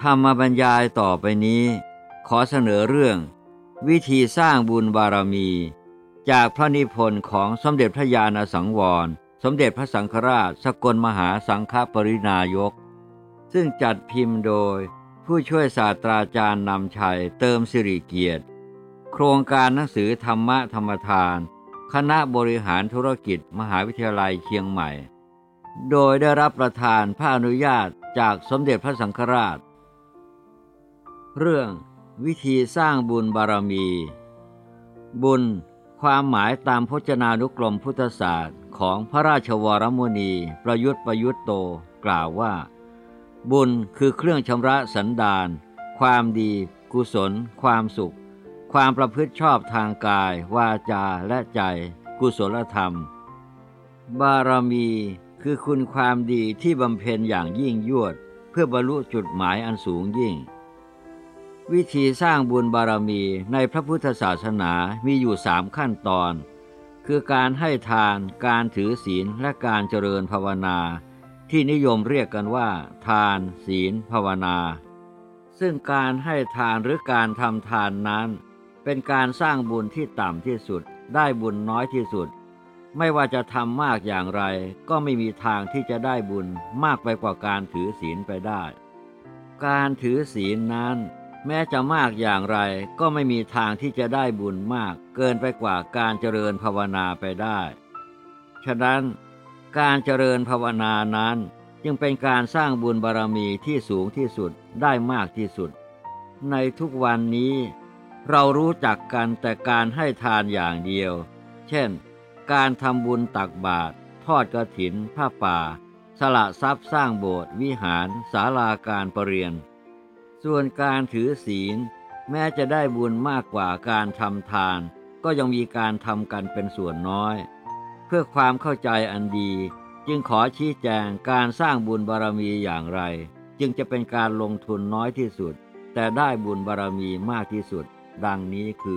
ธรรมบรรยายต่อไปนี้ขอเสนอเรื่องวิธีสร้างบุญบารมีจากพระนิพนธ์ของสมเด็จพระญาณสังวรสมเด็จพระสังฆราชสกลมหาสังฆปรินายกซึ่งจัดพิมพ์โดยผู้ช่วยศาสตราจารย์นำชัยเติมสิริเกียรติโครงการหนังสือธรรมะธรรมทานคณะบริหารธุรกิจมหาวิทยาลัยเชียงใหม่โดยได้รับประทานพระอนุญาตจากสมเด็จพระสังฆราชเรื่องวิธีสร้างบุญบารมีบุญความหมายตามพจนานุกรมพุทธศาสตร์ของพระราชวรมุนีประยุทธ์ประยุตโตกล่าวว่าบุญคือเครื่องชำระสันดานความดีกุศลความสุขความประพฤติชอบทางกายวาจาและใจกุศลธรรมบารมีคือคุณความดีที่บำเพ็ญอย่างยิ่งยวดเพื่อบรรลุจุดหมายอันสูงยิ่งวิธีสร้างบุญบารมีในพระพุทธศาสนามีอยู่3ขั้นตอนคือการให้ทานการถือศีลและการเจริญภาวนาที่นิยมเรียกกันว่าทานศีลภาวนาซึ่งการให้ทานหรือการทำทานนั้นเป็นการสร้างบุญที่ต่ำที่สุดได้บุญน้อยที่สุดไม่ว่าจะทำมากอย่างไรก็ไม่มีทางที่จะได้บุญมากไปกว่าการถือศีลไปได้การถือศีลนั้นแม้จะมากอย่างไรก็ไม่มีทางที่จะได้บุญมากเกินไปกว่าการเจริญภาวนาไปได้ฉะนั้นการเจริญภาวนานั้นจึงเป็นการสร้างบุญบารมีที่สูงที่สุดได้มากที่สุดในทุกวันนี้เรารู้จักกันแต่การให้ทานอย่างเดียวเช่นการทำบุญตักบาตรทอดกฐินผ้าป่าสละทรัพย์สร้างโบสถ์วิหารศาลาการประเรียนส่วนการถือศีลแม้จะได้บุญมากกว่าการทำทานก็ยังมีการทำกันเป็นส่วนน้อยเพื่อความเข้าใจอันดีจึงขอชี้แจงการสร้างบุญบารมีอย่างไรจึงจะเป็นการลงทุนน้อยที่สุดแต่ได้บุญบารมีมากที่สุดดังนี้คือ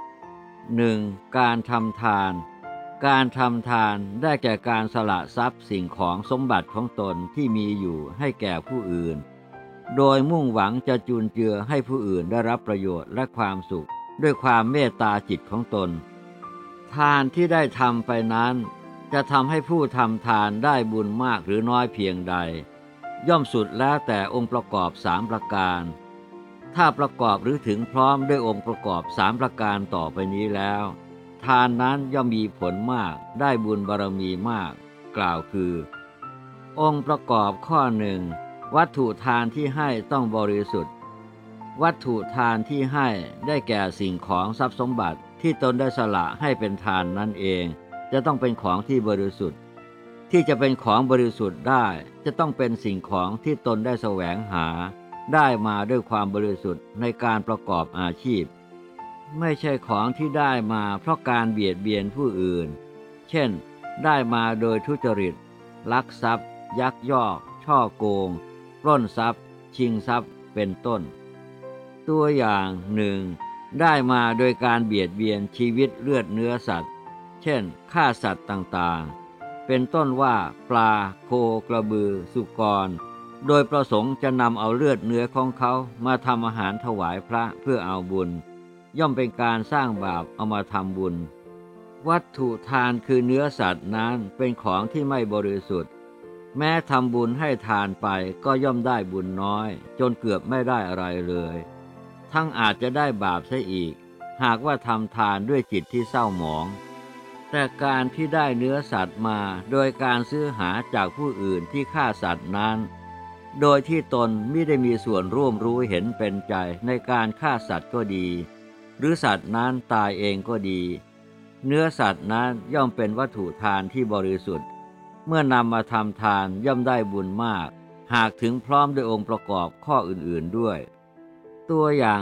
1. การทำทานการทำทานได้แก่การสละทรัพย์สิ่งของสมบัติของตนที่มีอยู่ให้แก่ผู้อื่นโดยมุ่งหวังจะจุนเจือให้ผู้อื่นได้รับประโยชน์และความสุขด้วยความเมตตาจิตของตนทานที่ได้ทำไปนั้นจะทำให้ผู้ทำทานได้บุญมากหรือน้อยเพียงใดย่อมสุดแล้วแต่องค์ประกอบ3ประการถ้าประกอบหรือถึงพร้อมด้วยองค์ประกอบ3ประการต่อไปนี้แล้วทานนั้นย่อมมีผลมากได้บุญบารมีมากกล่าวคือองค์ประกอบข้อหนึ่งวัตถุทานที่ให้ต้องบริสุทธิ์วัตถุทานที่ให้ได้แก่สิ่งของทรัพย์สมบัติที่ตนได้สละให้เป็นทานนั่นเองจะต้องเป็นของที่บริสุทธิ์ที่จะเป็นของบริสุทธิ์ได้จะต้องเป็นสิ่งของที่ตนได้แสวงหาได้มาด้วยความบริสุทธิ์ในการประกอบอาชีพไม่ใช่ของที่ได้มาเพราะการเบียดเบียนผู้อื่นเช่นได้มาโดยทุจริตลักทรัพย์ยักยอกฉ้อโกงปล้นทรัพย์ชิงทรัพย์เป็นต้นตัวอย่างหนึ่งได้มาโดยการเบียดเบียนชีวิตเลือดเนื้อสัตว์เช่นฆ่าสัตว์ต่างๆเป็นต้นว่าปลาโคกระบือสุกรโดยประสงค์จะนำเอาเลือดเนื้อของเขามาทำอาหารถวายพระเพื่อเอาบุญย่อมเป็นการสร้างบาปเอามาทำบุญวัตถุทานคือเนื้อสัตว์นั้นเป็นของที่ไม่บริสุทธิ์แม้ทำบุญให้ทานไปก็ย่อมได้บุญน้อยจนเกือบไม่ได้อะไรเลยทั้งอาจจะได้บาปซะอีกหากว่าทำทานด้วยจิตที่เศร้าหมองแต่การที่ได้เนื้อสัตว์มาโดยการซื้อหาจากผู้อื่นที่ฆ่าสัตว์นั้นโดยที่ตนไม่ได้มีส่วนร่วมรู้เห็นเป็นใจในการฆ่าสัตว์ก็ดีหรือสัตว์นั้นตายเองก็ดีเนื้อสัตว์นั้นย่อมเป็นวัตถุทานที่บริสุทธิ์เมื่อนำมาทำทานย่อมได้บุญมากหากถึงพร้อมด้วยองค์ประกอบข้ออื่นๆด้วยตัวอย่าง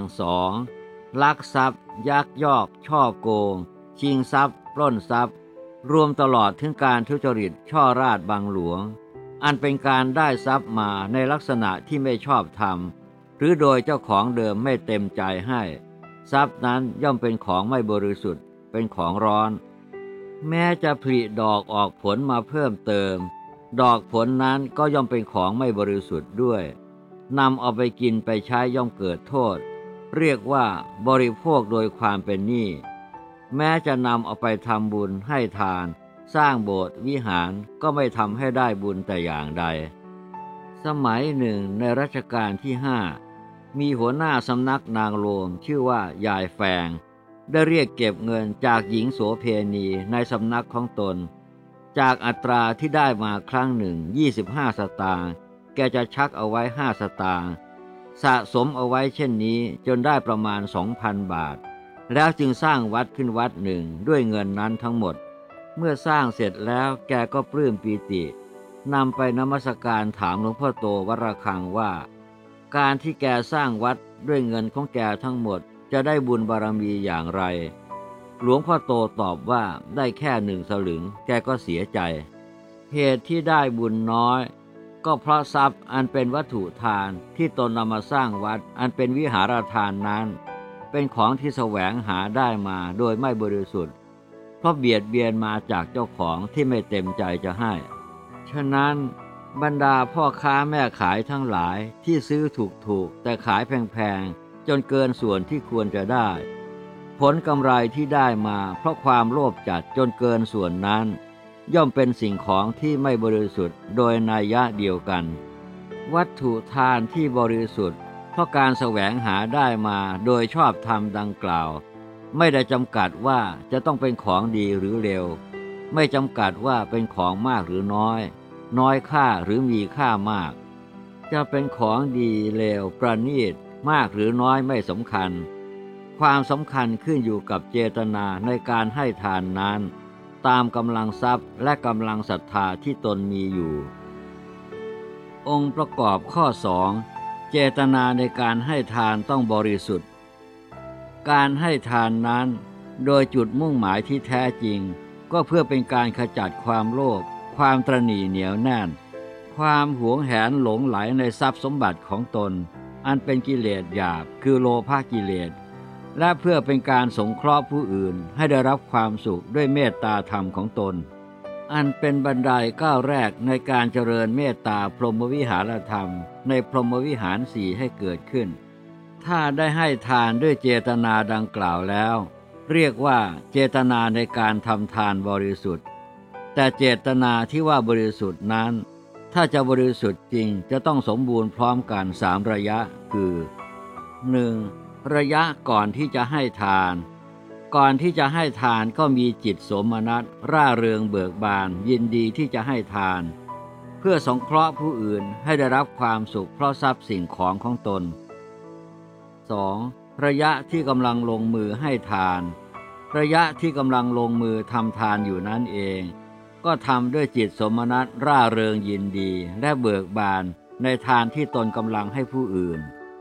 2ลักทรัพย์ยักยอกฉ้อโกงชิงทรัพย์ปล้นทรัพย์รวมตลอดถึงการทุจริตช่อราชบังหลวงอันเป็นการได้ทรัพย์มาในลักษณะที่ไม่ชอบธรรมหรือโดยเจ้าของเดิมไม่เต็มใจให้ทรัพย์นั้นย่อมเป็นของไม่บริสุทธิ์เป็นของร้อนแม้จะผลิดอกออกผลมาเพิ่มเติมดอกผลนั้นก็ย่อมเป็นของไม่บริสุทธิ์ด้วยนำเอาไปกินไปใช้ย่อมเกิดโทษเรียกว่าบริโภคโดยความเป็นหนี้แม้จะนำเอาไปทำบุญให้ทานสร้างโบสถ์วิหารก็ไม่ทำให้ได้บุญแต่อย่างใดสมัยหนึ่งในรัชกาลที่5มีหัวหน้าสำนักนางโลมชื่อว่ายายแฟงได้เรียกเก็บเงินจากหญิงโสเพณีในสำนักของตนจากอัตราที่ได้มาครั้งหนึ่ง25 สตางค์แกจะชักเอาไว้5 สตางค์สะสมเอาไว้เช่นนี้จนได้ประมาณ 2,000 บาทแล้วจึงสร้างวัดขึ้นวัดหนึ่งด้วยเงินนั้นทั้งหมดเมื่อสร้างเสร็จแล้วแกก็ปลื้มปีตินำไปนมัสการถามหลวงพ่อโตวัดระฆังว่าการที่แกสร้างวัดด้วยเงินของแกทั้งหมดจะได้บุญบารมีอย่างไรหลวงพ่อโตตอบว่าได้แค่1 สลึงแกก็เสียใจเหตุที่ได้บุญน้อยก็เพราะทรัพย์อันเป็นวัตถุทานที่ตนนำมาสร้างวัดอันเป็นวิหารทานนั้นเป็นของที่แสวงหาได้มาโดยไม่บริสุทธิ์เพราะเบียดเบียนมาจากเจ้าของที่ไม่เต็มใจจะให้ฉะนั้นบรรดาพ่อค้าแม่ขายทั้งหลายที่ซื้อถูกๆแต่ขายแพงๆจนเกินส่วนที่ควรจะได้ผลกำไรที่ได้มาเพราะความโลภจัดจนเกินส่วนนั้นย่อมเป็นสิ่งของที่ไม่บริสุทธิ์โดยนัยยะเดียวกันวัตถุทานที่บริสุทธิ์เพราะการแสวงหาได้มาโดยชอบธรรมดังกล่าวไม่ได้จำกัดว่าจะต้องเป็นของดีหรือเลวไม่จำกัดว่าเป็นของมากหรือน้อยค่าหรือมีค่ามากจะเป็นของดีเลวประณีตมากหรือน้อยไม่สำคัญความสำคัญขึ้นอยู่กับเจตนาในการให้ทานนั้นตามกำลังทรัพย์และกำลังศรัทธาที่ตนมีอยู่องค์ประกอบข้อ 2เจตนาในการให้ทานต้องบริสุทธิ์การให้ทานนั้นโดยจุดมุ่งหมายที่แท้จริงก็เพื่อเป็นการขจัดความโลภความตระหนี่เหนียวแน่นความหวงแหนหลงไหลในทรัพย์สมบัติของตนอันเป็นกิเลสหยาบคือโลภะกิเลสและเพื่อเป็นการสงเคราะห์ผู้อื่นให้ได้รับความสุขด้วยเมตตาธรรมของตนอันเป็นบันไดก้าวแรกในการเจริญเมตตาพรหมวิหารธรรมในพรหมวิหารสี่ให้เกิดขึ้นถ้าได้ให้ทานด้วยเจตนาดังกล่าวแล้วเรียกว่าเจตนาในการทำทานบริสุทธิ์แต่เจตนาที่ว่าบริสุทธิ์นั้นถ้าจะบริสุทธิ์จริงจะต้องสมบูรณ์พร้อมกัน3 ระยะคือ 1. ระยะก่อนที่จะให้ทานก่อนที่จะให้ทานก็มีจิตโสมนัสร่าเริงเบิกบานยินดีที่จะให้ทานเพื่อสงเคราะห์ผู้อื่นให้ได้รับความสุขเพราะทรัพย์สิ่งของของตน 2. ระยะที่กำลังลงมือให้ทานระยะที่กำลังลงมือทำทานอยู่นั่นเองก็ทำด้วยจิตสมนัสร่าเริงยินดีและเบิกบานในทานที่ตนกำลังให้ผู้อื่น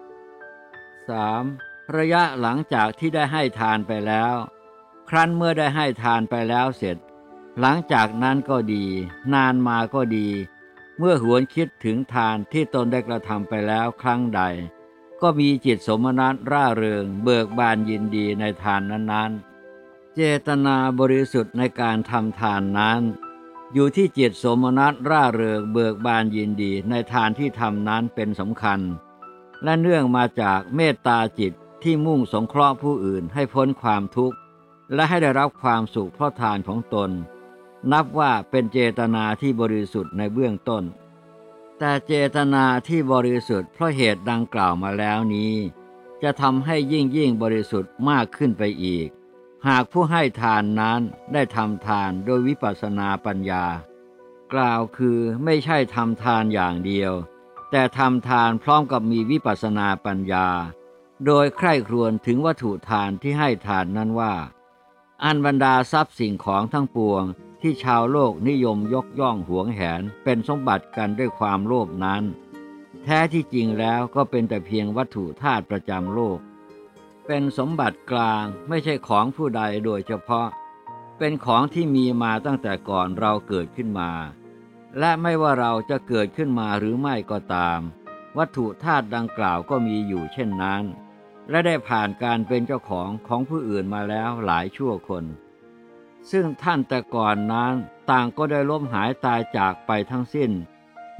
3. ระยะหลังจากที่ได้ให้ทานไปแล้วครั้นเมื่อได้ให้ทานไปแล้วเสร็จหลังจากนั้นก็ดีนานมาก็ดีเมื่อหวนคิดถึงทานที่ตนได้กระทำไปแล้วครั้งใดก็มีจิตสมนัสร่าเริงเบิกบานยินดีในทานนั้นๆเจตนาบริสุทธิ์ในการทำทานนั้นอยู่ที่จิตสมนัสร่าเริงเบิกบานยินดีในทานที่ทำนั้นเป็นสำคัญและเนื่องมาจากเมตตาจิตที่มุ่งสงเคราะห์ผู้อื่นให้พ้นความทุกข์และให้ได้รับความสุขเพราะทานของตนนับว่าเป็นเจตนาที่บริสุทธิ์ในเบื้องต้นแต่เจตนาที่บริสุทธิ์เพราะเหตุดังกล่าวมาแล้วนี้จะทำให้ยิ่งบริสุทธิ์มากขึ้นไปอีกหากผู้ให้ทานนั้นได้ทำทานโดยวิปัสสนาปัญญากล่าวคือไม่ใช่ทำทานอย่างเดียวแต่ทำทานพร้อมกับมีวิปัสสนาปัญญาโดยใคร่ครวญถึงวัตถุทานที่ให้ทานนั้นว่าอันบรรดาทรัพย์สิ่งของทั้งปวงที่ชาวโลกนิยมยกย่องหวงแหนเป็นสมบัติกันด้วยความโลภนั้นแท้ที่จริงแล้วก็เป็นแต่เพียงวัตถุธาตุประจำโลกเป็นสมบัติกลางไม่ใช่ของผู้ใดโดยเฉพาะเป็นของที่มีมาตั้งแต่ก่อนเราเกิดขึ้นมาและไม่ว่าเราจะเกิดขึ้นมาหรือไม่ก็ตามวัตถุธาตุดังกล่าวก็มีอยู่เช่นนั้นและได้ผ่านการเป็นเจ้าของผู้อื่นมาแล้วหลายชั่วคนซึ่งท่านแต่ก่อนนั้นต่างก็ได้ล้มหายตายจากไปทั้งสิ้น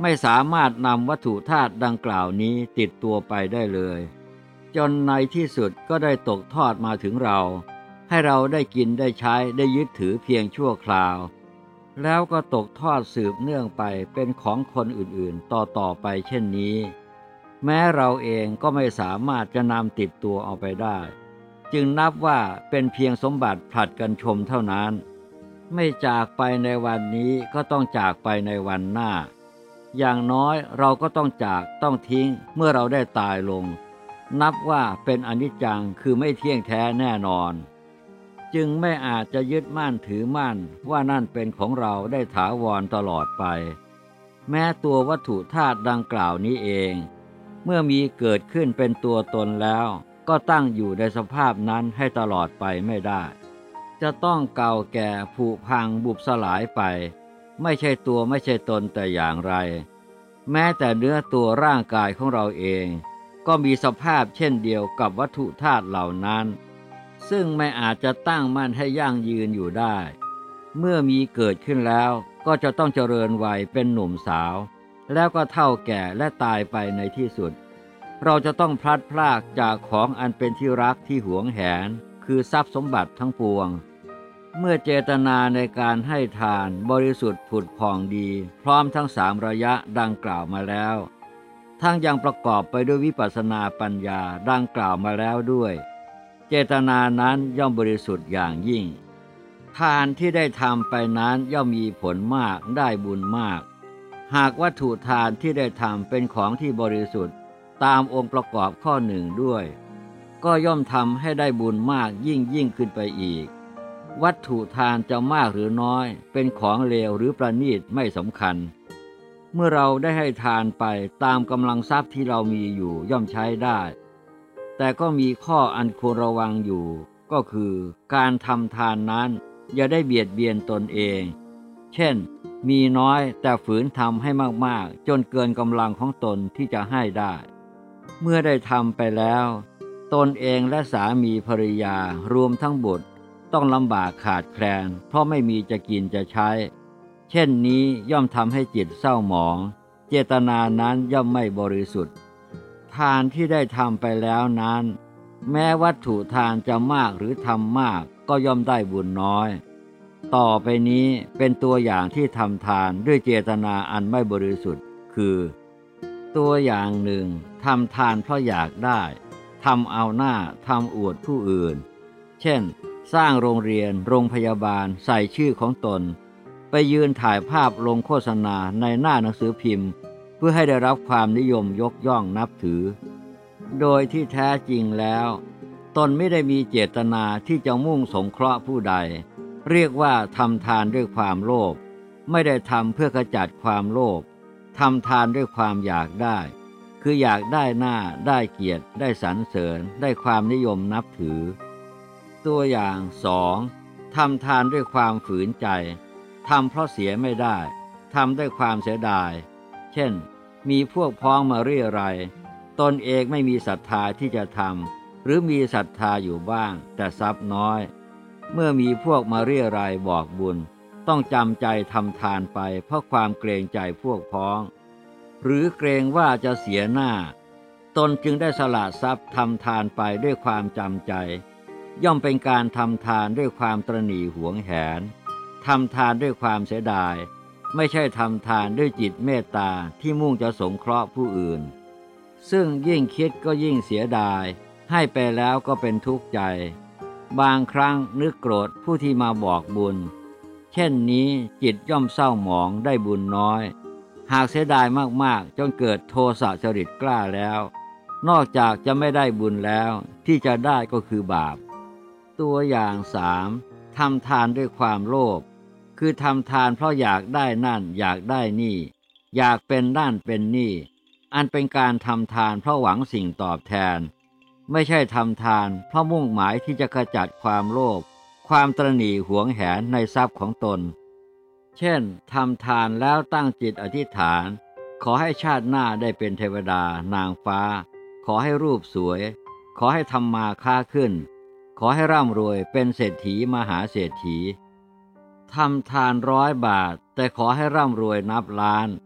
ไม่สามารถนำวัตถุธาตุดังกล่าวนี้ติดตัวไปได้เลยจนในที่สุดก็ได้ตกทอดมาถึงเราให้เราได้กินได้ใช้ได้ยึดถือเพียงชั่วคราวแล้วก็ตกทอดสืบเนื่องไปเป็นของคนอื่นๆต่อไปเช่นนี้แม้เราเองก็ไม่สามารถจะนำติดตัวเอาไปได้จึงนับว่าเป็นเพียงสมบัติผลัดกันชมเท่านั้นไม่จากไปในวันนี้ก็ต้องจากไปในวันหน้าอย่างน้อยเราก็ต้องจากต้องทิ้งเมื่อเราได้ตายลงนับว่าเป็นอนิจจังคือไม่เที่ยงแท้แน่นอนจึงไม่อาจจะยึดมั่นถือมั่นว่านั่นเป็นของเราได้ถาวรตลอดไปแม้ตัววัตถุธาตุดังกล่าวนี้เองเมื่อมีเกิดขึ้นเป็นตัวตนแล้วก็ตั้งอยู่ในสภาพนั้นให้ตลอดไปไม่ได้จะต้องเก่าแก่ผุพังบุบสลายไปไม่ใช่ตัวไม่ใช่ตนแต่อย่างไรแม้แต่เนื้อตัวร่างกายของเราเองก็มีสภาพเช่นเดียวกับวัตถุธาตุเหล่านั้นซึ่งไม่อาจจะตั้งมั่นให้ยั่งยืนอยู่ได้เมื่อมีเกิดขึ้นแล้วก็จะต้องเจริญวัยเป็นหนุ่มสาวแล้วก็เฒ่าแก่และตายไปในที่สุดเราจะต้องพลัดพรากจากของอันเป็นที่รักที่หวงแหนคือทรัพย์สมบัติทั้งปวงเมื่อเจตนาในการให้ทานบริสุทธิ์ผุดผ่องดีพร้อมทั้งสามระยะดังกล่าวมาแล้วทั้งยังประกอบไปด้วยวิปัสสนาปัญญาดังกล่าวมาแล้วด้วยเจตนานั้นย่อมบริสุทธิ์อย่างยิ่งทานที่ได้ทำไปนั้นย่อมมีผลมากได้บุญมากหากวัตถุทานที่ได้ทำเป็นของที่บริสุทธิ์ตามองค์ประกอบข้อหนึ่งด้วยก็ย่อมทำให้ได้บุญมากยิ่งขึ้นไปอีกวัตถุทานจะมากหรือน้อยเป็นของเลวหรือประณีตไม่สำคัญเมื่อเราได้ให้ทานไปตามกำลังทรัพย์ที่เรามีอยู่ย่อมใช้ได้แต่ก็มีข้ออันควรระวังอยู่ก็คือการทำทานนั้นอย่าได้เบียดเบียนตนเองเช่นมีน้อยแต่ฝืนทำให้มากๆจนเกินกำลังของตนที่จะให้ได้เมื่อได้ทำไปแล้วตนเองและสามีภริยารวมทั้งบุตรต้องลำบากขาดแคลนเพราะไม่มีจะกินจะใช้เช่นนี้ย่อมทำให้จิตเศร้าหมองเจตนานั้นย่อมไม่บริสุทธิ์ทานที่ได้ทำไปแล้วนั้นแม้วัตถุทานจะมากหรือทำมากก็ย่อมได้บุญน้อยต่อไปนี้เป็นตัวอย่างที่ทำทานด้วยเจตนาอันไม่บริสุทธิ์คือตัวอย่างหนึ่งทำทานเพราะอยากได้ทำเอาหน้าทำอวดผู้อื่นเช่นสร้างโรงเรียนโรงพยาบาลใส่ชื่อของตนไปยืนถ่ายภาพลงโฆษณาในหน้าหนังสือพิมพ์เพื่อให้ได้รับความนิยมยกย่องนับถือโดยที่แท้จริงแล้วตนไม่ได้มีเจตนาที่จะมุ่งสงเคราะห์ผู้ใดเรียกว่าทำทานด้วยความโลภไม่ได้ทำเพื่อขจัดความโลภทำทานด้วยความอยากได้คืออยากได้หน้าได้เกียรติได้สรรเสริญได้ความนิยมนับถือตัวอย่างสองทำทานด้วยความฝืนใจทำเพราะเสียไม่ได้ทำด้วยความเสียดายเช่นมีพวกพ้องมาเรี่ยไรตนเองไม่มีศรัทธาที่จะทำหรือมีศรัทธาอยู่บ้างแต่ทรัพย์น้อยเมื่อมีพวกมาเรี่ยไรบอกบุญต้องจำใจทำทานไปเพราะความเกรงใจพวกพ้องหรือเกรงว่าจะเสียหน้าตนจึงได้สละทรัพย์ทำทานไปด้วยความจำใจย่อมเป็นการทำทานด้วยความตระหนี่หวงแหนทำทานด้วยความเสียดายไม่ใช่ทำทานด้วยจิตเมตตาที่มุ่งจะสงเคราะห์ผู้อื่นซึ่งยิ่งคิดก็ยิ่งเสียดายให้ไปแล้วก็เป็นทุกข์ใจบางครั้งนึกโกรธผู้ที่มาบอกบุญเช่นนี้จิตย่อมเศร้าหมองได้บุญน้อยหากเสียดายมากๆจนเกิดโทสะจริตกล้าแล้วนอกจากจะไม่ได้บุญแล้วที่จะได้ก็คือบาปตัวอย่างสามทำทานด้วยความโลภคือทำทานเพราะอยากได้นั่นอยากได้นี่อยากเป็นนั่นเป็นนี่อันเป็นการทำทานเพราะหวังสิ่งตอบแทนไม่ใช่ทำทานเพราะมุ่งหมายที่จะขจัดความโลภความตระหนี่หวงแหนในทรัพย์ของตนเช่นทำทานแล้วตั้งจิตอธิษฐานขอให้ชาติหน้าได้เป็นเทวดานางฟ้าขอให้รูปสวยขอให้ทำมาค้าขึ้นขอให้ร่ำรวยเป็นเศรษฐีมหาเศรษฐีทำทาน100 บาทแต่ขอให้ร่ำรวยนับล้าน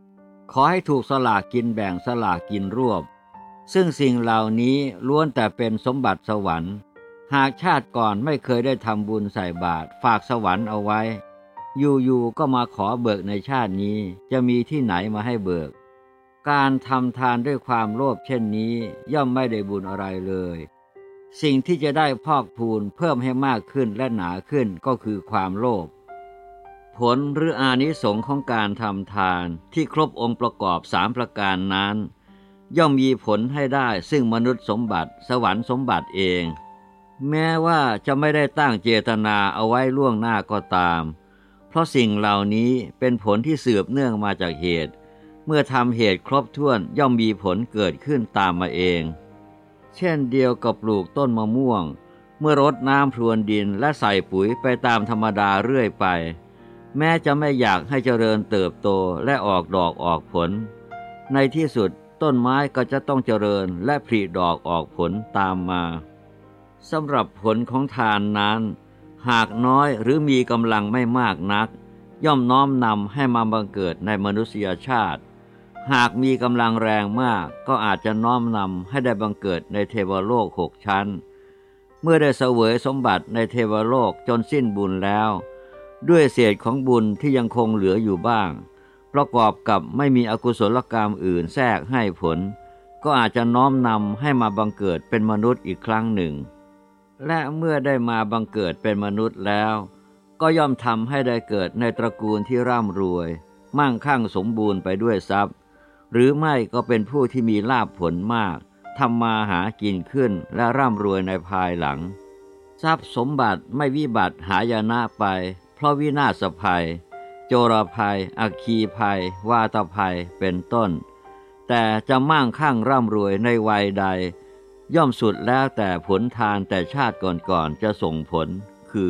ขอให้ถูกสลากกินแบ่งสลากกินรวบซึ่งสิ่งเหล่านี้ล้วนแต่เป็นสมบัติสวรรค์หากชาติก่อนไม่เคยได้ทำบุญใส่บาตรฝากสวรรค์เอาไว้อยู่ๆก็มาขอเบิกในชาตินี้จะมีที่ไหนมาให้เบิกการทำทานด้วยความโลภเช่นนี้ย่อมไม่ได้บุญอะไรเลยสิ่งที่จะได้พอกพูนเพิ่มให้มากขึ้นและหนาขึ้นก็คือความโลภผลหรืออานิสงส์ของการทำทานที่ครบองค์ประกอบ3ประการนั้นย่อมมีผลให้ได้ซึ่งมนุษย์สมบัติสวรรค์สมบัติเองแม้ว่าจะไม่ได้ตั้งเจตนาเอาไว้ล่วงหน้าก็ตามเพราะสิ่งเหล่านี้เป็นผลที่สืบเนื่องมาจากเหตุเมื่อทำเหตุครบถ้วนย่อมมีผลเกิดขึ้นตามมาเองเช่นเดียวกับปลูกต้นมะม่วงเมื่อรดน้ำพรวนดินและใส่ปุ๋ยไปตามธรรมดาเรื่อยไปแม้จะไม่อยากให้เจริญเติบโตและออกดอกออกผลในที่สุดต้นไม้ก็จะต้องเจริญและผลิดอกออกผลตามมาสำหรับผลของทานนั้นหากน้อยหรือมีกำลังไม่มากนักย่อมน้อมนำให้มาบังเกิดในมนุษยชาติหากมีกำลังแรงมากก็อาจจะน้อมนำให้ได้บังเกิดในเทวโลก6 ชั้นเมื่อได้เสวยสมบัติในเทวโลกจนสิ้นบุญแล้วด้วยเศษของบุญที่ยังคงเหลืออยู่บ้างประกอบกับไม่มีอกุศลกรรมอื่นแทรกให้ผลก็อาจจะน้อมนำให้มาบังเกิดเป็นมนุษย์อีกครั้งหนึ่งและเมื่อได้มาบังเกิดเป็นมนุษย์แล้วก็ย่อมทำให้ได้เกิดในตระกูลที่ร่ำรวยมั่งคั่งสมบูรณ์ไปด้วยทรัพย์หรือไม่ก็เป็นผู้ที่มีลาภผลมากทำมาหากินขึ้นและร่ำรวยในภายหลังทรัพย์สมบัติไม่วิบัติหายนะไปเพราะวินาศภัยโจรภัยอัคคีภัยวาตภัยเป็นต้นแต่จะมั่งคั่งร่ำรวยในวัยใดย่อมสุดแล้วแต่ผลทานแต่ชาติก่อนๆจะส่งผลคือ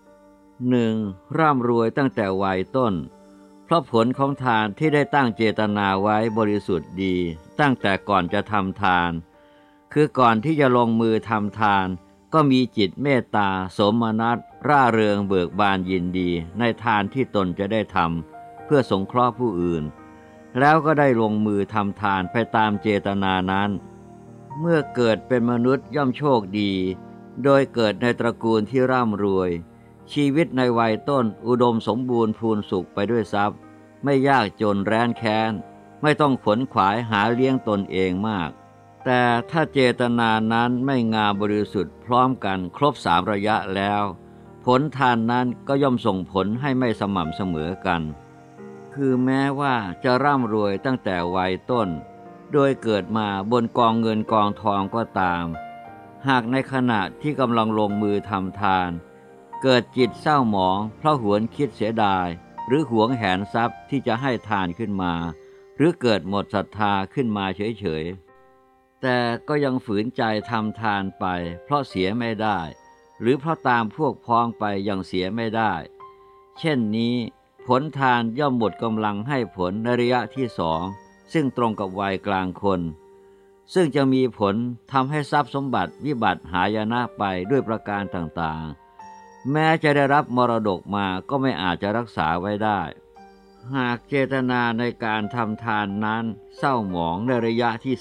1. ร่ำรวยตั้งแต่วัยต้นเพราะผลของทานที่ได้ตั้งเจตนาไว้บริสุทธิ์ดีตั้งแต่ก่อนจะทำทานคือก่อนที่จะลงมือทำทานก็มีจิตเมตตาสมนัสร่าเริงเบิกบานยินดีในทานที่ตนจะได้ทำเพื่อสงเคราะห์ผู้อื่นแล้วก็ได้ลงมือทำทานไปตามเจตนานั้นเมื่อเกิดเป็นมนุษย์ย่อมโชคดีโดยเกิดในตระกูลที่ร่ำรวยชีวิตในวัยต้นอุดมสมบูรณ์พูนสุขไปด้วยทรัพย์ไม่ยากจนแร้นแค้นไม่ต้องขวนขวายหาเลี้ยงตนเองมากแต่ถ้าเจตนานั้นไม่งามบริสุทธิ์พร้อมกันครบ3 ระยะแล้วผลทานนั้นก็ย่อมส่งผลให้ไม่สม่ำเสมอกันคือแม้ว่าจะร่ำรวยตั้งแต่วัยต้นโดยเกิดมาบนกองเงินกองทองก็ตามหากในขณะที่กำลังลงมือทำทานเกิดจิตเศร้าหมองเพราะหวนคิดเสียดายหรือหวงแหนทรัพย์ที่จะให้ทานขึ้นมาหรือเกิดหมดศรัทธาขึ้นมาเฉยๆแต่ก็ยังฝืนใจทำทานไปเพราะเสียไม่ได้หรือเพราะตามพวกพ้องไปยังเสียไม่ได้เช่นนี้ผลทานย่อมหมดกำลังให้ผลในระยะที่2ซึ่งตรงกับวัยกลางคนซึ่งจะมีผลทำให้ทรัพย์สมบัติวิบัติหายนะไปด้วยประการต่างๆแม้จะได้รับมรดกมาก็ไม่อาจจะรักษาไว้ได้หากเจตนาในการทำทานนั้นเศร้าหมองในระยะที่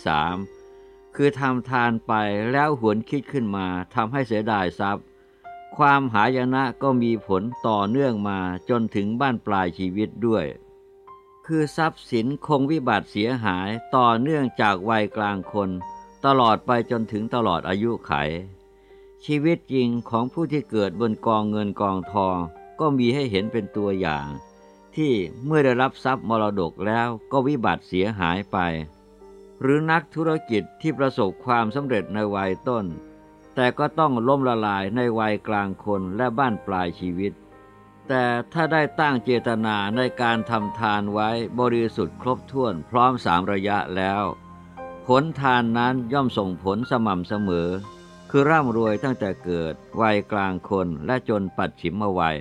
3คือทำทานไปแล้วหวนคิดขึ้นมาทำให้เสียดายทรัพย์ความหายนะก็มีผลต่อเนื่องมาจนถึงบั้นปลายชีวิตด้วยคือทรัพย์สินคงวิบัติเสียหายต่อเนื่องจากวัยกลางคนตลอดไปจนถึงตลอดอายุไขชีวิตจริงของผู้ที่เกิดบนกองเงินกองทองก็มีให้เห็นเป็นตัวอย่างที่เมื่อได้รับทรัพย์มรดกแล้วก็วิบัติเสียหายไปหรือนักธุรกิจที่ประสบความสำเร็จในวัยต้นแต่ก็ต้องล้มละลายในวัยกลางคนและบั้นปลายชีวิตแต่ถ้าได้ตั้งเจตนาในการทำทานไว้บริสุทธิ์ครบถ้วนพร้อม3 ระยะแล้วผลทานนั้นย่อมส่งผลสม่ำเสมอคือร่ำรวยตั้งแต่เกิดวัยกลางคนและจนปัจฉิมวัย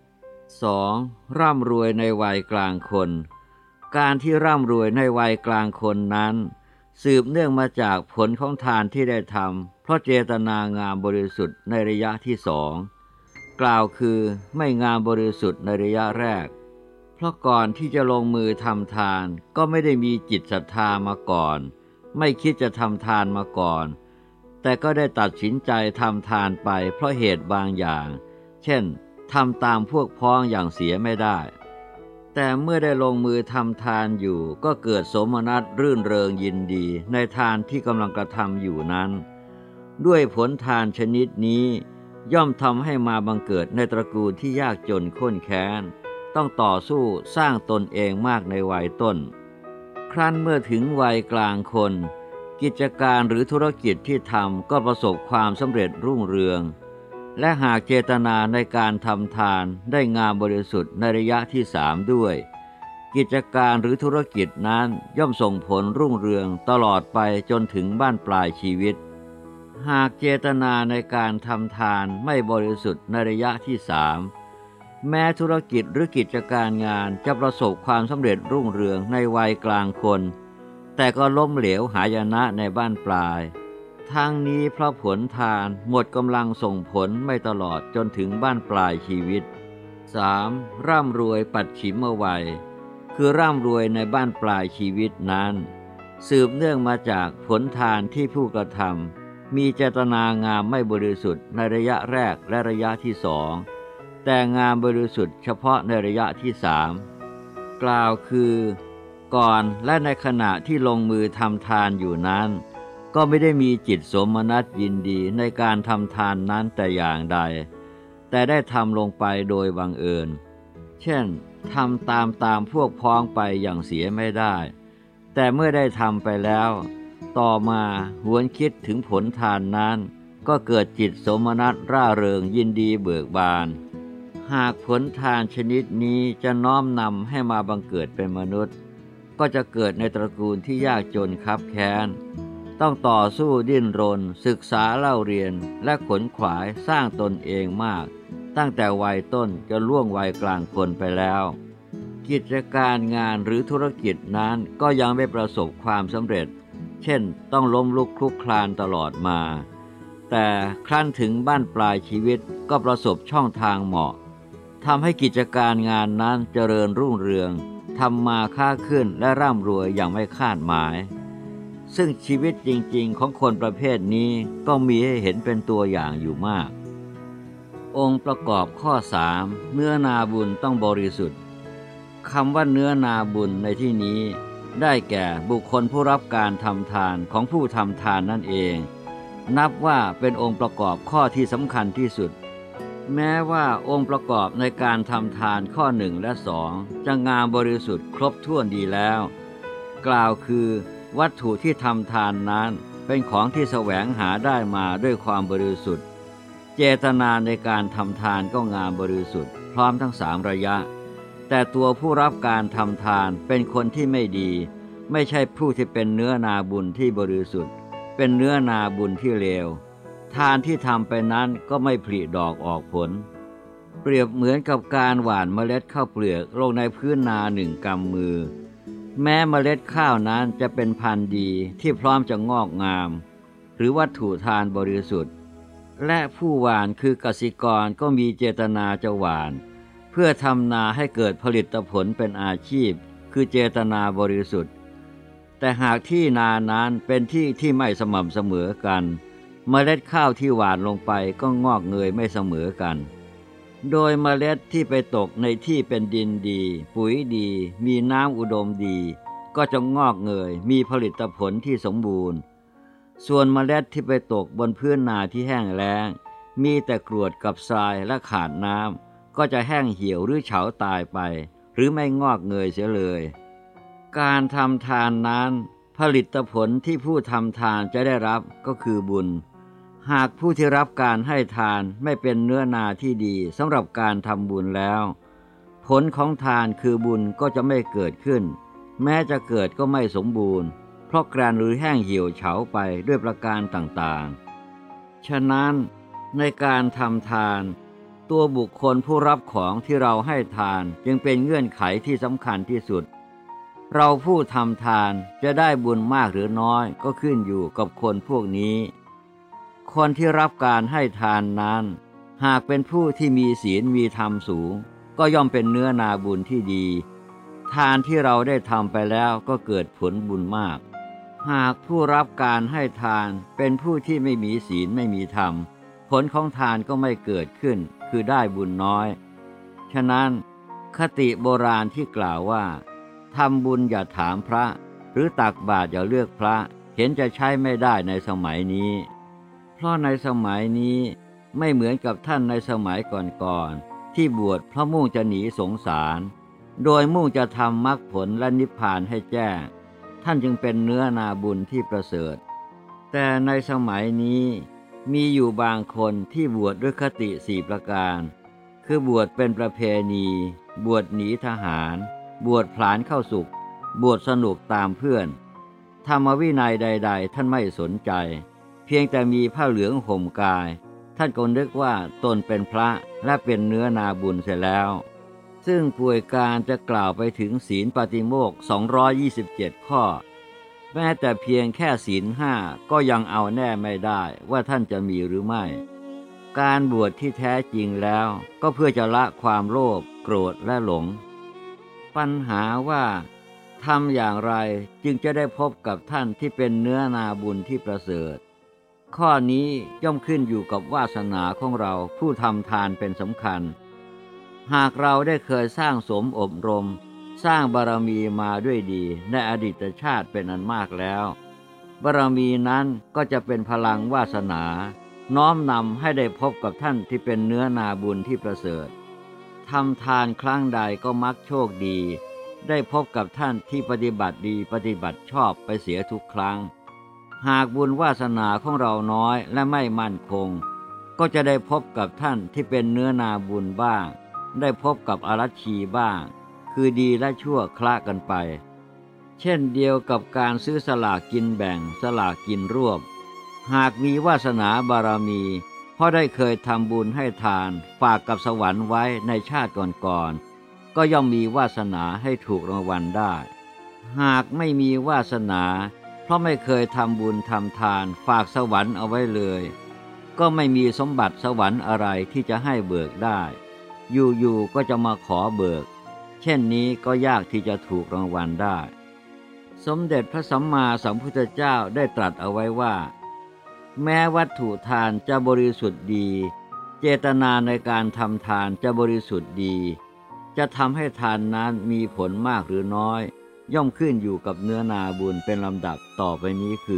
2. ร่ำรวยในวัยกลางคนการที่ร่ำรวยในวัยกลางคนนั้นสืบเนื่องมาจากผลของทานที่ได้ทำเพราะเจตนางามบริสุทธิ์ในระยะที่2กล่าวคือไม่งามบริสุทธิ์ในระยะแรกเพราะก่อนที่จะลงมือทำทานก็ไม่ได้มีจิตศรัทธามาก่อนไม่คิดจะทำทานมาก่อนแต่ก็ได้ตัดสินใจทำทานไปเพราะเหตุบางอย่างเช่นทำตามพวกพ้องอย่างเสียไม่ได้แต่เมื่อได้ลงมือทำทานอยู่ก็เกิดโสมนัสรื่นเริงยินดีในทานที่กำลังกระทำอยู่นั้นด้วยผลทานชนิดนี้ย่อมทำให้มาบังเกิดในตระกูลที่ยากจนข้นแค้นต้องต่อสู้สร้างตนเองมากในวัยต้นครั้นเมื่อถึงวัยกลางคนกิจการหรือธุรกิจที่ทำก็ประสบความสำเร็จรุ่งเรืองและหากเจตนาในการทำทานได้งามบริสุทธิ์ในระยะที่สามด้วยกิจการหรือธุรกิจนั้นย่อมส่งผลรุ่งเรืองตลอดไปจนถึงบ้านปลายชีวิตหากเจตนาในการทำทานไม่บริสุทธิ์ในระยะที่สามแม้ธุรกิจหรือกิจการงานจะประสบความสำเร็จรุ่งเรืองในวัยกลางคนแต่ก็ล้มเหลวหายนะในบ้านปลายทั้งนี้เพราะผลทานหมดกำลังส่งผลไม่ตลอดจนถึงบ้านปลายชีวิต 3. ร่ำรวยปัจฉิมวัยคือร่ำรวยในบ้านปลายชีวิตนั้นสืบเนื่องมาจากผลทานที่ผู้กระทำมีเจตนางามไม่บริสุทธิ์ในระยะแรกและระยะที่สองแต่งามบริสุทธิ์เฉพาะในระยะที่สามกล่าวคือก่อนและในขณะที่ลงมือทำทานอยู่นั้นก็ไม่ได้มีจิตโสมนัสยินดีในการทำทานนั้นแต่อย่างใดแต่ได้ทำลงไปโดยบังเอิญเช่นทำตามพวกพ้องไปอย่างเสียไม่ได้แต่เมื่อได้ทำไปแล้วต่อมาหวนคิดถึงผลทานนั้นก็เกิดจิตโสมนัสร่าเริงยินดีเบิกบานหากผลทานชนิดนี้จะน้อมนำให้มาบังเกิดเป็นมนุษย์ก็จะเกิดในตระกูลที่ยากจนคับแค้นต้องต่อสู้ดิ้นรนศึกษาเล่าเรียนและขนขวายสร้างตนเองมากตั้งแต่วัยต้นจนล่วงวัยกลางคนไปแล้วกิจการงานหรือธุรกิจนั้นก็ยังไม่ประสบความสำเร็จเช่นต้องล้มลุกคลุกคลานตลอดมาแต่ครั้นถึงบ้านปลายชีวิตก็ประสบช่องทางเหมาะทำให้กิจการงานนั้นเจริญรุ่งเรืองทำมาค้าขึ้นและร่ำรวยอย่างไม่คาดหมายซึ่งชีวิตจริงๆของคนประเภทนี้ก็มีให้เห็นเป็นตัวอย่างอยู่มากองค์ประกอบข้อ 3 เนื้อนาบุญต้องบริสุทธิ์คำว่าเนื้อนาบุญในที่นี้ได้แก่บุคคลผู้รับการทำทานของผู้ทำทานนั่นเองนับว่าเป็นองค์ประกอบข้อที่สำคัญที่สุดแม้ว่าองค์ประกอบในการทำทานข้อ1และ2จะงามบริสุทธิ์ครบถ้วนดีแล้วกล่าวคือวัตถุที่ทำทานนั้นเป็นของที่แสวงหาได้มาด้วยความบริสุทธิ์เจตนาในการทำทานก็งามบริสุทธิ์พร้อมทั้ง3ระยะแต่ตัวผู้รับการทำทานเป็นคนที่ไม่ดีไม่ใช่ผู้ที่เป็นเนื้อนาบุญที่บริสุทธิ์เป็นเนื้อนาบุญที่เลวทานที่ทำไปนั้นก็ไม่ผลิดอกออกผลเปรียบเหมือนกับการหว่านเมล็ดข้าวเปลือกลงในพื้นนา1 กำมือแม้เมล็ดข้าวนั้นจะเป็นพันธุ์ดีที่พร้อมจะงอกงามหรือวัตถุทานบริสุทธิ์และผู้หว่านคือกสิกรก็มีเจตนาจะหว่านเพื่อทำนาให้เกิดผลิตผลเป็นอาชีพคือเจตนาบริสุทธิ์แต่หากที่นานั้นเป็นที่ที่ไม่สม่ำเสมอกันเมล็ดข้าวที่หว่านลงไปก็งอกเงยไม่เสมอกันโดยเมล็ดที่ไปตกในที่เป็นดินดีปุ๋ยดีมีน้ำอุดมดีก็จะงอกเงยมีผลิตผลที่สมบูรณ์ส่วนเมล็ดที่ไปตกบนพื้นนาที่แห้งแล้งมีแต่กรวดกับทรายและขาดน้ำก็จะแห้งเหี่ยวหรือเฉาตายไปหรือไม่งอกเงยเสียเลยการทำทานนั้นผลิตผลที่ผู้ทำทานจะได้รับก็คือบุญหากผู้ที่รับการให้ทานไม่เป็นเนื้อนาที่ดีสำหรับการทำบุญแล้วผลของทานคือบุญก็จะไม่เกิดขึ้นแม้จะเกิดก็ไม่สมบูรณ์เพราะแกรนหรือแห้งเหี่ยวเฉาไปด้วยประการต่างๆฉะนั้นในการทำทานตัวบุคคลผู้รับของที่เราให้ทานจึงเป็นเงื่อนไขที่สำคัญที่สุดเราผู้ทำทานจะได้บุญมากหรือน้อยก็ขึ้นอยู่กับคนพวกนี้คนที่รับการให้ทานนั้นหากเป็นผู้ที่มีศีลมีธรรมสูงก็ย่อมเป็นเนื้อนาบุญที่ดีทานที่เราได้ทำไปแล้วก็เกิดผลบุญมากหากผู้รับการให้ทานเป็นผู้ที่ไม่มีศีลไม่มีธรรมผลของทานก็ไม่เกิดขึ้นคือได้บุญน้อยฉะนั้นคติโบราณที่กล่าวว่าทำบุญอย่าถามพระหรือตักบาตรอย่าเลือกพระเห็นจะใช้ไม่ได้ในสมัยนี้เพราะในสมัยนี้ไม่เหมือนกับท่านในสมัยก่อนๆที่บวชเพราะมุ่งจะหนีสงสารโดยมุ่งจะทำมรรคผลและนิพพานให้แจ้งท่านจึงเป็นเนื้อนาบุญที่ประเสริฐแต่ในสมัยนี้มีอยู่บางคนที่บวชด้วยคติ4ประการคือบวชเป็นประเพณีบวชหนีทหารบวชพลานเข้าสุขบวชสนุกตามเพื่อนธรรมวินัยใดๆท่านไม่สนใจเพียงแต่มีผ้าเหลืองห่มกายท่านก็นึกว่าตนเป็นพระและเป็นเนื้อนาบุญเสียแล้วซึ่งป่วยการจะกล่าวไปถึงศีลปาติโมกข์227ข้อแม้แต่เพียงแค่ศีล5ก็ยังเอาแน่ไม่ได้ว่าท่านจะมีหรือไม่การบวชที่แท้จริงแล้วก็เพื่อจะละความโลภโกรธและหลงปัญหาว่าทำอย่างไรจึงจะได้พบกับท่านที่เป็นเนื้อนาบุญที่ประเสริฐข้อนี้ย่อมขึ้นอยู่กับวาสนาของเราผู้ทำทานเป็นสำคัญหากเราได้เคยสร้างสมอบรมสร้างบารมีมาด้วยดีในอดีตชาติเป็นอันมากแล้วบารมีนั้นก็จะเป็นพลังวาสนาน้อมนำให้ได้พบกับท่านที่เป็นเนื้อนาบุญที่ประเสริฐทำทานครั้งใดก็มักโชคดีได้พบกับท่านที่ปฏิบัติดีปฏิบัติชอบไปเสียทุกครั้งหากบุญวาสนาของเราน้อยและไม่มั่นคงก็จะได้พบกับท่านที่เป็นเนื้อนาบุญบ้างได้พบกับอรัชชีบ้างคือดีและชั่วคละกันไปเช่นเดียวกับการซื้อสลากกินแบ่งสลากกินรวบหากมีวาสนาบารมีเพราะได้เคยทำบุญให้ทานฝากกับสวรรค์ไว้ในชาติก่อนๆก็ย่อมมีวาสนาให้ถูกรางวัลได้หากไม่มีวาสนาเพราะไม่เคยทำบุญทำทานฝากสวรรค์เอาไว้เลยก็ไม่มีสมบัติสวรรค์อะไรที่จะให้เบิกได้อยู่ๆก็จะมาขอเบิกเช่นนี้ก็ยากที่จะถูกรางวัลได้สมเด็จพระสัมมาสัมพุทธเจ้าได้ตรัสเอาไว้ว่าแม้วัตถุทานจะบริสุทธิ์ดีเจตนาในการทำทานจะบริสุทธิ์ดีจะทำให้ทานนั้นมีผลมากหรือน้อยย่อมขึ้นอยู่กับเนื้อนาบุญเป็นลำดับต่อไปนี้คือ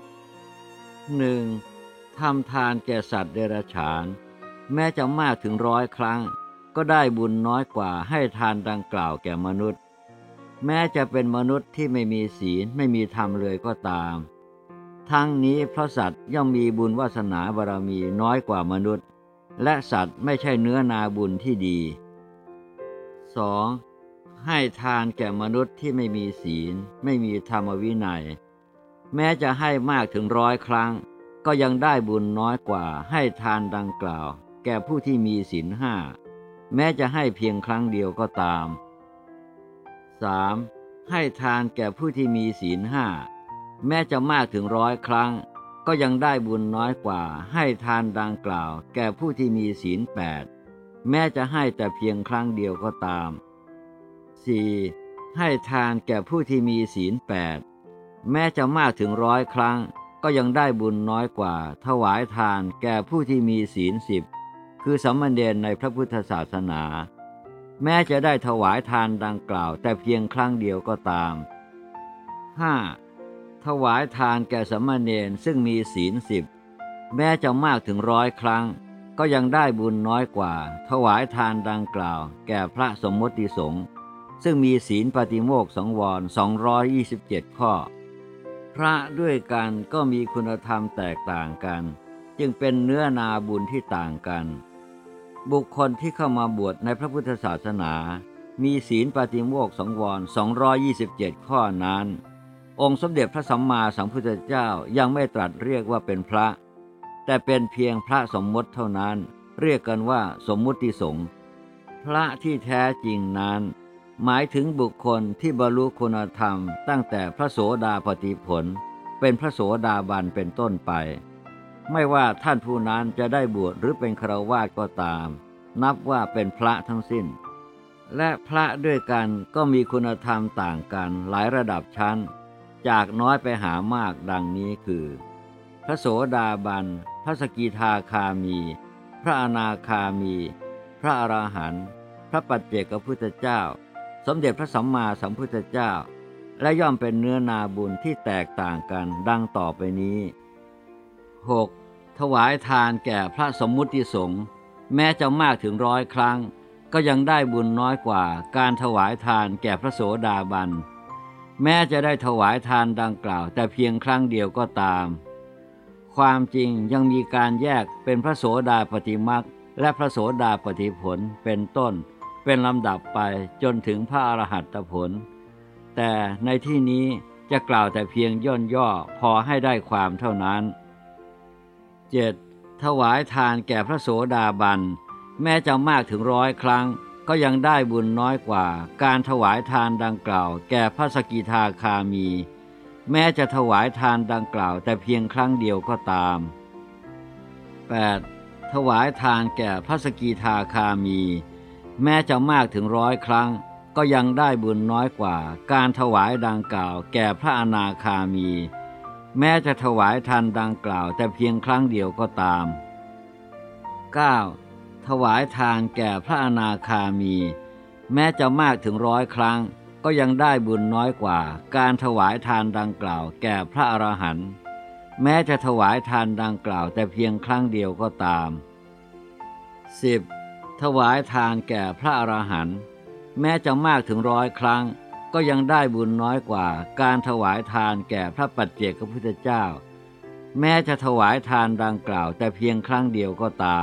1. ทำทานแก่สัตว์เดรัจฉานแม้จะมากถึง100 ครั้งก็ได้บุญน้อยกว่าให้ทานดังกล่าวแก่มนุษย์แม้จะเป็นมนุษย์ที่ไม่มีศีลไม่มีธรรมเลยก็ตามทั้งนี้เพราะสัตว์ย่อมมีบุญวาสนาบารมีน้อยกว่ามนุษย์และสัตว์ไม่ใช่เนื้อนาบุญที่ดี 2. ให้ทานแก่มนุษย์ที่ไม่มีศีลไม่มีธรรมวินัยแม้จะให้มากถึง100 ครั้งก็ยังได้บุญน้อยกว่าให้ทานดังกล่าวแก่ผู้ที่มีศีล5แม้จะให้เพียงครั้งเดียวก็ตาม 3. ให้ทานแก่ผู้ที่มีศีล5แม้จะมากถึง100 ครั้งก็ยังได้บุญน้อยกว่าให้ทานดังกล่าวแก่ผู้ที่มีศีล8แม้จะให้แต่เพียงครั้งเดียวก็ตาม 4. ให้ทานแก่ผู้ที่มีศีล8แม้จะมากถึง100 ครั้งก็ยังได้บุญน้อยกว่าถวายทานแก่ผู้ที่มีศีล10คือสามเณรในพระพุทธศาสนาแม้จะได้ถวายทานดังกล่าวแต่เพียงครั้งเดียวก็ตาม 5. ถวายทานแก่สามเณรซึ่งมีศีล10แม้จะมากถึง100 ครั้งก็ยังได้บุญน้อยกว่าถวายทานดังกล่าวแก่พระสมมติสงฆ์ซึ่งมีศีลปาติโมกข์สังวร227 ข้อพระด้วยกันก็มีคุณธรรมแตกต่างกันจึงเป็นเนื้อนาบุญที่ต่างกันบุคคลที่เข้ามาบวชในพระพุทธศาสนามีศีลปาติโมกข์สังวร227 ข้อนั้นองค์สมเด็จพระสัมมาสัมพุทธเจ้ายังไม่ตรัสเรียกว่าเป็นพระแต่เป็นเพียงพระสมมติเท่านั้นเรียกกันว่าสมมุติสงฆ์พระที่แท้จริงนั้นหมายถึงบุคคลที่บรรลุคุณธรรมตั้งแต่พระโสดาปัตติผลเป็นพระโสดาบันเป็นต้นไปไม่ว่าท่านผู้นั้นจะได้บวชหรือเป็นฆราวาสก็ตามนับว่าเป็นพระทั้งสิ้นและพระด้วยกันก็มีคุณธรรมต่างกันหลายระดับชั้นจากน้อยไปหามากดังนี้คือพระโสดาบันพระสกิทาคามีพระอนาคามีพระอรหันต์พระปัจเจกพุทธเจ้าสมเด็จพระสัมมาสัมพุทธเจ้าและย่อมเป็นเนื้อนาบุญที่แตกต่างกันดังต่อไปนี้ 6. ถวายทานแก่พระสมมุติสงฆ์แม้จะมากถึง100 ครั้งก็ยังได้บุญน้อยกว่าการถวายทานแก่พระโสดาบันแม้จะได้ถวายทานดังกล่าวแต่เพียงครั้งเดียวก็ตามความจริงยังมีการแยกเป็นพระโสดาปัตติมรรคและพระโสดาปัตติผลเป็นต้นเป็นลำดับไปจนถึงพระอรหัตตผลแต่ในที่นี้จะกล่าวแต่เพียงย่อพอให้ได้ความเท่านั้น 7. ถวายทานแก่พระโสดาบันแม้จะมากถึง100 ครั้งก็ยังได้บุญน้อยกว่าการถวายทานดังกล่าวแก่พระสกิทาคามีแม้จะถวายทานดังกล่าวแต่เพียงครั้งเดียวก็ตาม 8. ถวายทานแก่พระสกิทาคามีแม้จะมากถึง100 ครั้งก็ยังได้บุญน้อยกว่าการถวายดังกล่าวแก่พระอนาคามีแม้จะถวายทานดังกล่าวแต่เพียงครั้งเดียวก็ตาม 9. ถวายทานแก่พระอนาคามีแม้จะมากถึง100 ครั้งก็ยังได้บุญน้อยกว่าการถวายทานดังกล่าวแก่พระอรหันต์แม้จะถวายทานดังกล่าวแต่เพียงครั้งเดียวก็ตาม 10. ถวายทานแก่พระอรหันต์แม้จะมากถึง100 ครั้งก็ยังได้บุญน้อยกว่าการถวายทานแก่พระปัจเจกพุทธเจ้าแม้จะถวายทานดังกล่าวแต่เพียงครั้งเดียวก็ตาม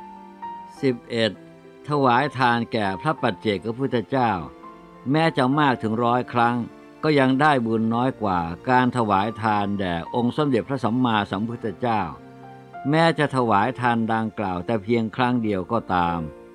11. ถวายทานแก่พระปัจเจกพุทธเจ้าแม้จะมากถึง100 ครั้งก็ยังได้บุญน้อยกว่าการถวายทานแด่องค์สมเด็จพระสัมมาสัมพุทธเจ้าแม้จะถวายทานดังกล่าวแต่เพียงครั้งเดียวก็ตาม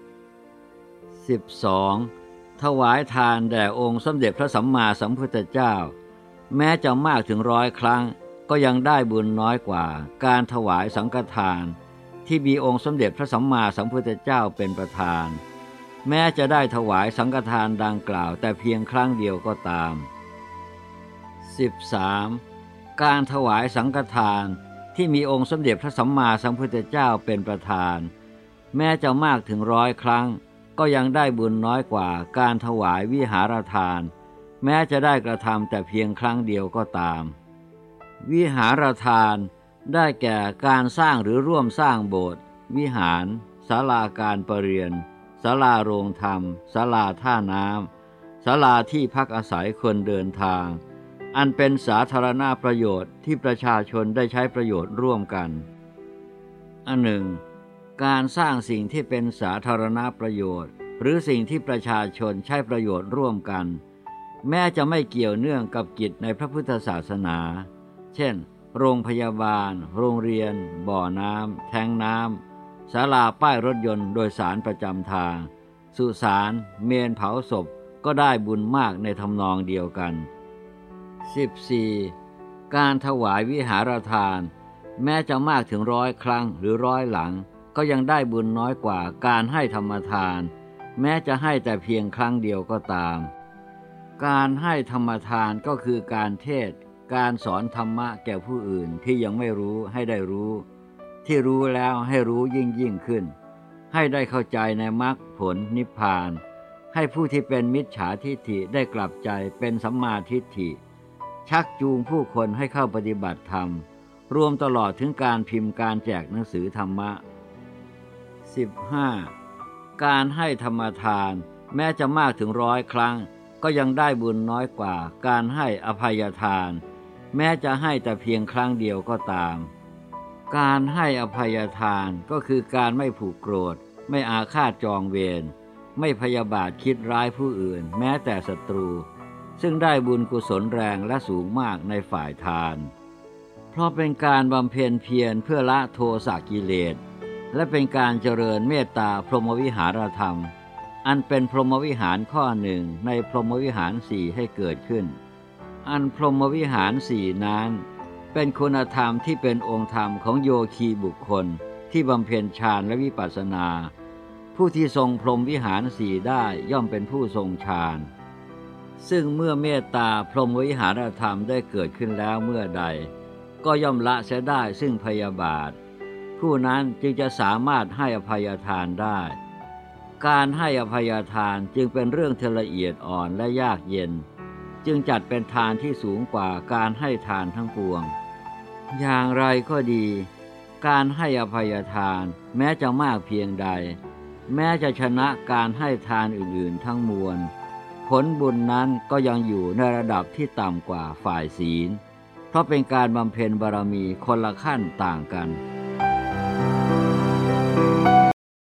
12. ถวายทานแด่องค์สมเด็จพระสัมมาสัมพุทธเจ้าแม้จะมากถึง100 ครั้งก็ยังได้บุญน้อยกว่าการถวายสังฆทานที่มีองค์สมเด็จพระสัมมาสัมพุทธเจ้าเป็นประธานแม้จะได้ถวายสังฆทานดังกล่าวแต่เพียงครั้งเดียวก็ตาม 13. การถวายสังฆทานที่มีองค์สมเด็จพระสัมมาสัมพุทธเจ้าเป็นประธานแม้จะมากถึง100 ครั้งก็ยังได้บุญน้อยกว่าการถวายวิหารทานแม้จะได้กระทำแต่เพียงครั้งเดียวก็ตามวิหารทานได้แก่การสร้างหรือร่วมสร้างโบสถ์วิหารศาลาการประเรียนศาลาโรงธรรมศาลาท่าน้ำศาลาที่พักอาศัยคนเดินทางอันเป็นสาธารณประโยชน์ที่ประชาชนได้ใช้ประโยชน์ร่วมกันอันหนึ่งการสร้างสิ่งที่เป็นสาธารณประโยชน์หรือสิ่งที่ประชาชนใช้ประโยชน์ร่วมกันแม้จะไม่เกี่ยวเนื่องกับกิจในพระพุทธศาสนาเช่นโรงพยาบาลโรงเรียนบ่อน้ำแทงน้ำศาลาป้ายรถยนต์โดยสารประจำทางสุสานเมนเผาศพก็ได้บุญมากในทำนองเดียวกัน 14. การถวายวิหารทานแม้จะมากถึง100 ครั้งหรือ100 หลังก็ยังได้บุญน้อยกว่าการให้ธรรมทานแม้จะให้แต่เพียงครั้งเดียวก็ตามการให้ธรรมทานก็คือการเทศน์การสอนธรรมะแก่ผู้อื่นที่ยังไม่รู้ให้ได้รู้ที่รู้แล้วให้รู้ยิ่งขึ้นให้ได้เข้าใจในมรรคผลนิพพานให้ผู้ที่เป็นมิจฉาทิฏฐิได้กลับใจเป็นสัมมาทิฏฐิชักจูงผู้คนให้เข้าปฏิบัติธรรมรวมตลอดถึงการพิมพ์การแจกหนังสือธรรมะ 15. การให้ธรรมทานแม้จะมากถึง100 ครั้งก็ยังได้บุญน้อยกว่าการให้อภัยทานแม้จะให้แต่เพียงครั้งเดียวก็ตามการให้อภัยทานก็คือการไม่ผูกโกรธไม่อาฆาตจองเวรไม่พยาบาทคิดร้ายผู้อื่นแม้แต่ศัตรูซึ่งได้บุญกุศลแรงและสูงมากในฝ่ายทานเพราะเป็นการบำเพ็ญเพียรเพื่อละโทสะกิเลสและเป็นการเจริญเมตตาพรหมวิหารธรรมอันเป็นพรหมวิหารข้อหนึ่งในพรหมวิหารสี่ให้เกิดขึ้นอันพรหมวิหารสี่นั้นเป็นคุณธรรมที่เป็นองค์ธรรมของโยคีบุคคลที่บำเพ็ญฌานและวิปัสสนาผู้ที่ทรงพรหมวิหารสี่ได้ย่อมเป็นผู้ทรงฌานซึ่งเมื่อเมตตาพรหมวิหารธรรมได้เกิดขึ้นแล้วเมื่อใดก็ย่อมละเสียได้ซึ่งพยาบาทผู้นั้นจึงจะสามารถให้อภัยทานได้การให้อภัยทานจึงเป็นเรื่องที่ละเอียดอ่อนและยากเย็นจึงจัดเป็นทานที่สูงกว่าการให้ทานทั้งปวงอย่างไรก็ดีการให้อภัยทานแม้จะมากเพียงใดแม้จะชนะการให้ทานอื่นๆทั้งมวลผลบุญนั้นก็ยังอยู่ในระดับที่ต่ำกว่าฝ่ายศีลเพราะเป็นการบำเพ็ญบารมีคนละขั้นต่างกัน